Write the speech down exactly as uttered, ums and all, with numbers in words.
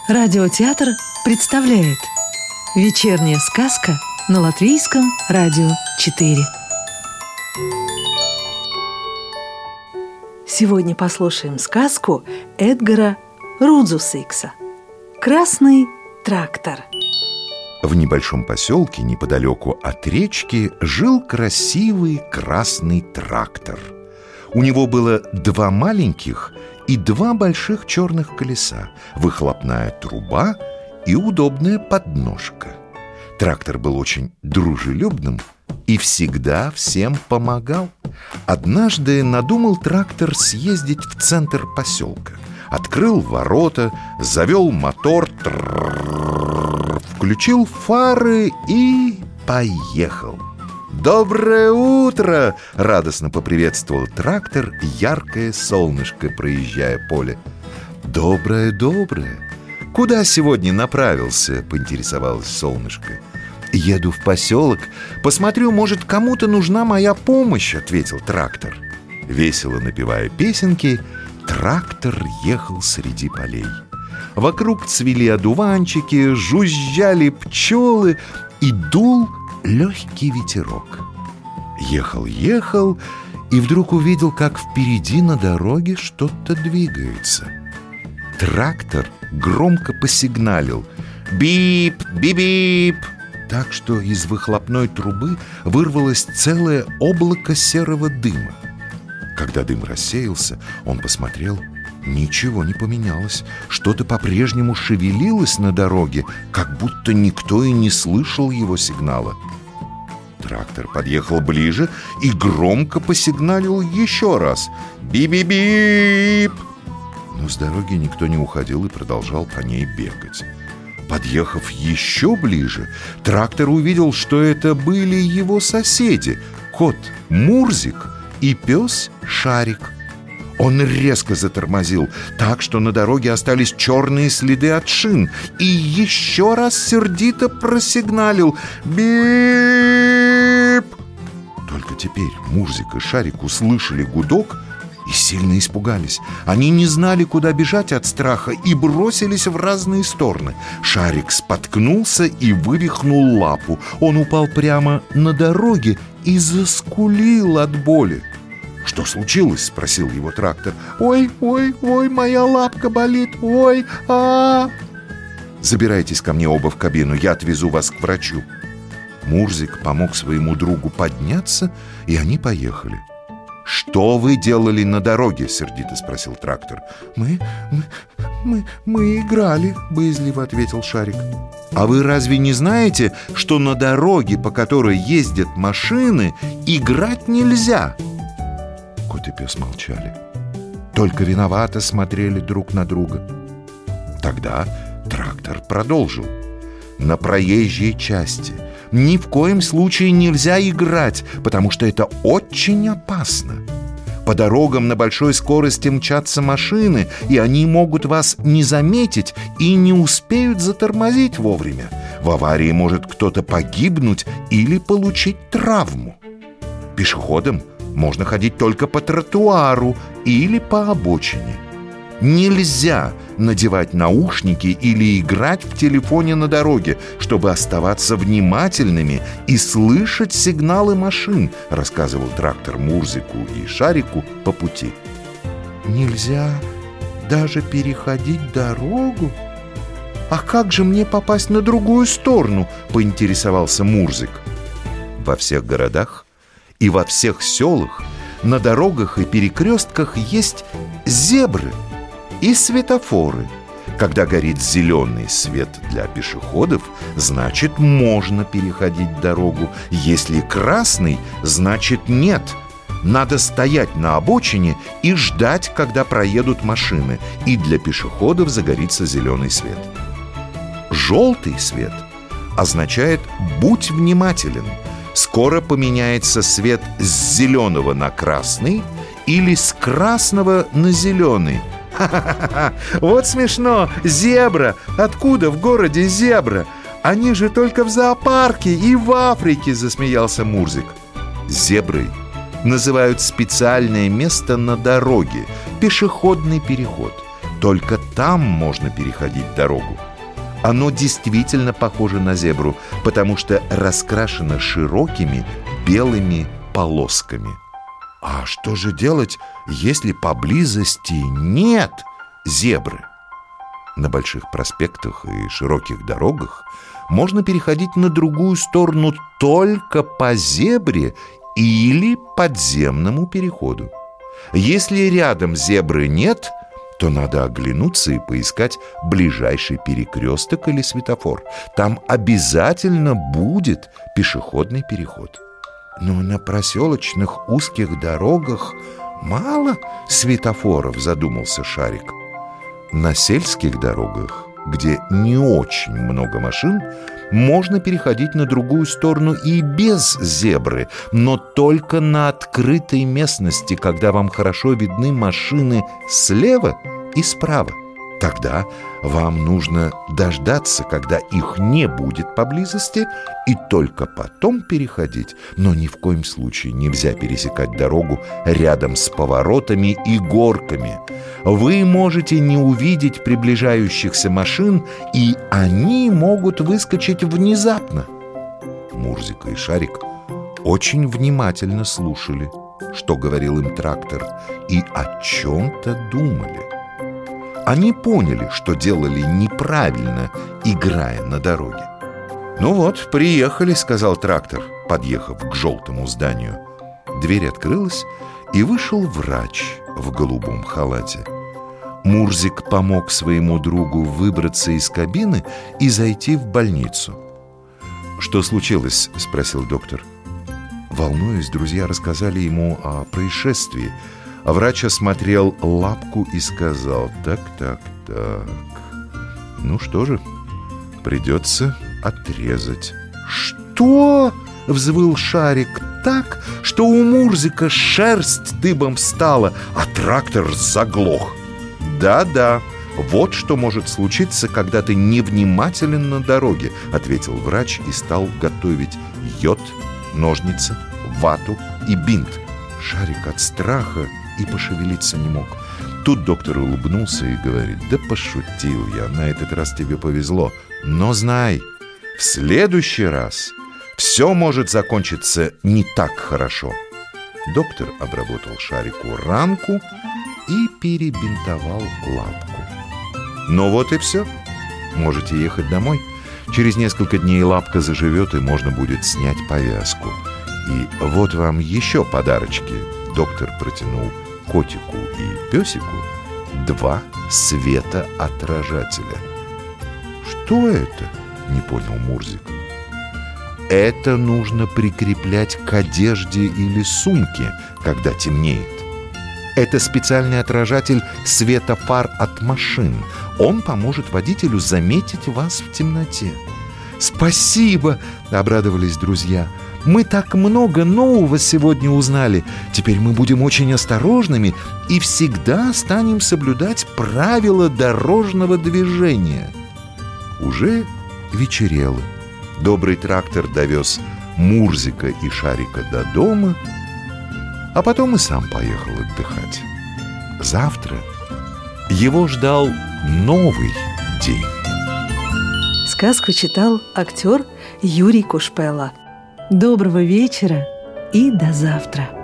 Радиотеатр представляет «Вечерняя сказка» на Латвийском радио четыре. Сегодня послушаем сказку Эдгара Рудзусикса «Красный трактор». В небольшом поселке неподалеку от речки жил красивый красный трактор. У него было два маленьких и два больших черных колеса, выхлопная труба и удобная подножка. Трактор был очень дружелюбным и всегда всем помогал. Однажды надумал трактор съездить в центр поселка. Открыл ворота, завел мотор, включил фары и поехал. «Доброе утро!» — радостно поприветствовал трактор яркое солнышко, проезжая поле. «Доброе, доброе! Куда сегодня направился?» — поинтересовалось солнышко. «Еду в поселок. Посмотрю, может, кому-то нужна моя помощь», — ответил трактор. Весело напевая песенки, трактор ехал среди полей. Вокруг цвели одуванчики, жужжали пчелы и дул легкий ветерок. Ехал-ехал и вдруг увидел, как впереди на дороге что-то двигается. Трактор громко посигналил «Бип! Би-бип!», так что из выхлопной трубы вырвалось целое облако серого дыма. Когда дым рассеялся, он посмотрел. Ничего не поменялось. Что-то по-прежнему шевелилось на дороге, как будто никто и не слышал его сигнала. Трактор подъехал ближе и громко посигналил еще раз. «Би-би-бип!». Но с дороги никто не уходил и продолжал по ней бегать. Подъехав еще ближе, трактор увидел, что это были его соседи — кот Мурзик и пес Шарик. Он резко затормозил, так что на дороге остались черные следы от шин, и еще раз сердито просигналил «Бип!». Только теперь Мурзик и Шарик услышали гудок и сильно испугались. Они не знали, куда бежать от страха, и бросились в разные стороны. Шарик споткнулся и вывихнул лапу. Он упал прямо на дороге и заскулил от боли. «Что случилось?» — спросил его трактор. «Ой, ой, ой, моя лапка болит, ой, а, -а, -а. Забирайтесь ко мне оба в кабину, я отвезу вас к врачу». Мурзик помог своему другу подняться, и они поехали. «Что вы делали на дороге?» — сердито спросил трактор. «Мы, мы, мы, мы играли», — боязливо ответил Шарик. «А вы разве не знаете, что на дороге, по которой ездят машины, играть нельзя?» Кот и пес молчали. Только виновато смотрели друг на друга. Тогда трактор продолжил. «На проезжей части ни в коем случае нельзя играть, потому что это очень опасно. По дорогам на большой скорости мчатся машины, и они могут вас не заметить и не успеют затормозить вовремя. В аварии может кто-то погибнуть или получить травму. Пешеходам можно ходить только по тротуару или по обочине. Нельзя надевать наушники или играть в телефоне на дороге, чтобы оставаться внимательными и слышать сигналы машин», — рассказывал трактор Мурзику и Шарику по пути. «Нельзя даже переходить дорогу? А как же мне попасть на другую сторону?» — поинтересовался Мурзик. Во всех городах и во всех селах на дорогах и перекрестках есть зебры и светофоры. Когда горит зеленый свет для пешеходов, значит, можно переходить дорогу. Если красный, значит, нет. Надо стоять на обочине и ждать, когда проедут машины, и для пешеходов загорится зеленый свет. Желтый свет означает «будь внимателен». Скоро поменяется свет с зеленого на красный или с красного на зеленый. Ха-ха-ха! Вот смешно! Зебра! Откуда в городе зебра? Они же только в зоопарке и в Африке!» — засмеялся Мурзик. Зеброй называют специальное место на дороге — пешеходный переход. Только там можно переходить дорогу. Оно действительно похоже на зебру, потому что раскрашено широкими белыми полосками. А что же делать, если поблизости нет зебры? На больших проспектах и широких дорогах можно переходить на другую сторону только по зебре или подземному переходу. Если рядом зебры нет, то надо оглянуться и поискать ближайший перекресток или светофор. Там обязательно будет пешеходный переход. Но на проселочных узких дорогах мало светофоров, задумался Шарик. На сельских дорогах, где не очень много машин, можно переходить на другую сторону и без зебры, но только на открытой местности, когда вам хорошо видны машины слева и справа. Тогда вам нужно дождаться, когда их не будет поблизости, и только потом переходить. Но ни в коем случае нельзя пересекать дорогу рядом с поворотами и горками. Вы можете не увидеть приближающихся машин, и они могут выскочить внезапно. Мурзик и Шарик очень внимательно слушали, что говорил им трактор, и о чем-то думали. Они поняли, что делали неправильно, играя на дороге. «Ну вот, приехали», — сказал трактор, подъехав к желтому зданию. Дверь открылась, и вышел врач в голубом халате. Мурзик помог своему другу выбраться из кабины и зайти в больницу. «Что случилось?» — спросил доктор. Волнуясь, друзья рассказали ему о происшествии. А врач осмотрел лапку и сказал: «Так, так, так. Ну что же, придется отрезать». «Что?» — взвыл Шарик так, что у Мурзика шерсть дыбом встала, а трактор заглох. «Да-да, вот что может случиться, когда ты невнимателен на дороге», — ответил врач и стал готовить йод, ножницы, вату и бинт. Шарик от страха и пошевелиться не мог. Тут доктор улыбнулся и говорит: «Да пошутил я, на этот раз тебе повезло. Но знай, в следующий раз все может закончиться не так хорошо». Доктор обработал Шарику ранку и перебинтовал лапку. «Ну вот и все. Можете ехать домой. Через несколько дней лапка заживет, и можно будет снять повязку. И вот вам еще подарочки». Доктор протянул котику и песику два светоотражателя. «Что это?» — не понял Мурзик. «Это нужно прикреплять к одежде или сумке, когда темнеет. Это специальный отражатель света фар от машин. Он поможет водителю заметить вас в темноте». «Спасибо!» — обрадовались друзья. «Мы так много нового сегодня узнали. Теперь мы будем очень осторожными и всегда станем соблюдать правила дорожного движения». Уже вечерело. Добрый трактор довез Мурзика и Шарика до дома, а потом и сам поехал отдыхать. Завтра его ждал новый день. Сказку читал актер Юрий Кушпела. Доброго вечера и до завтра.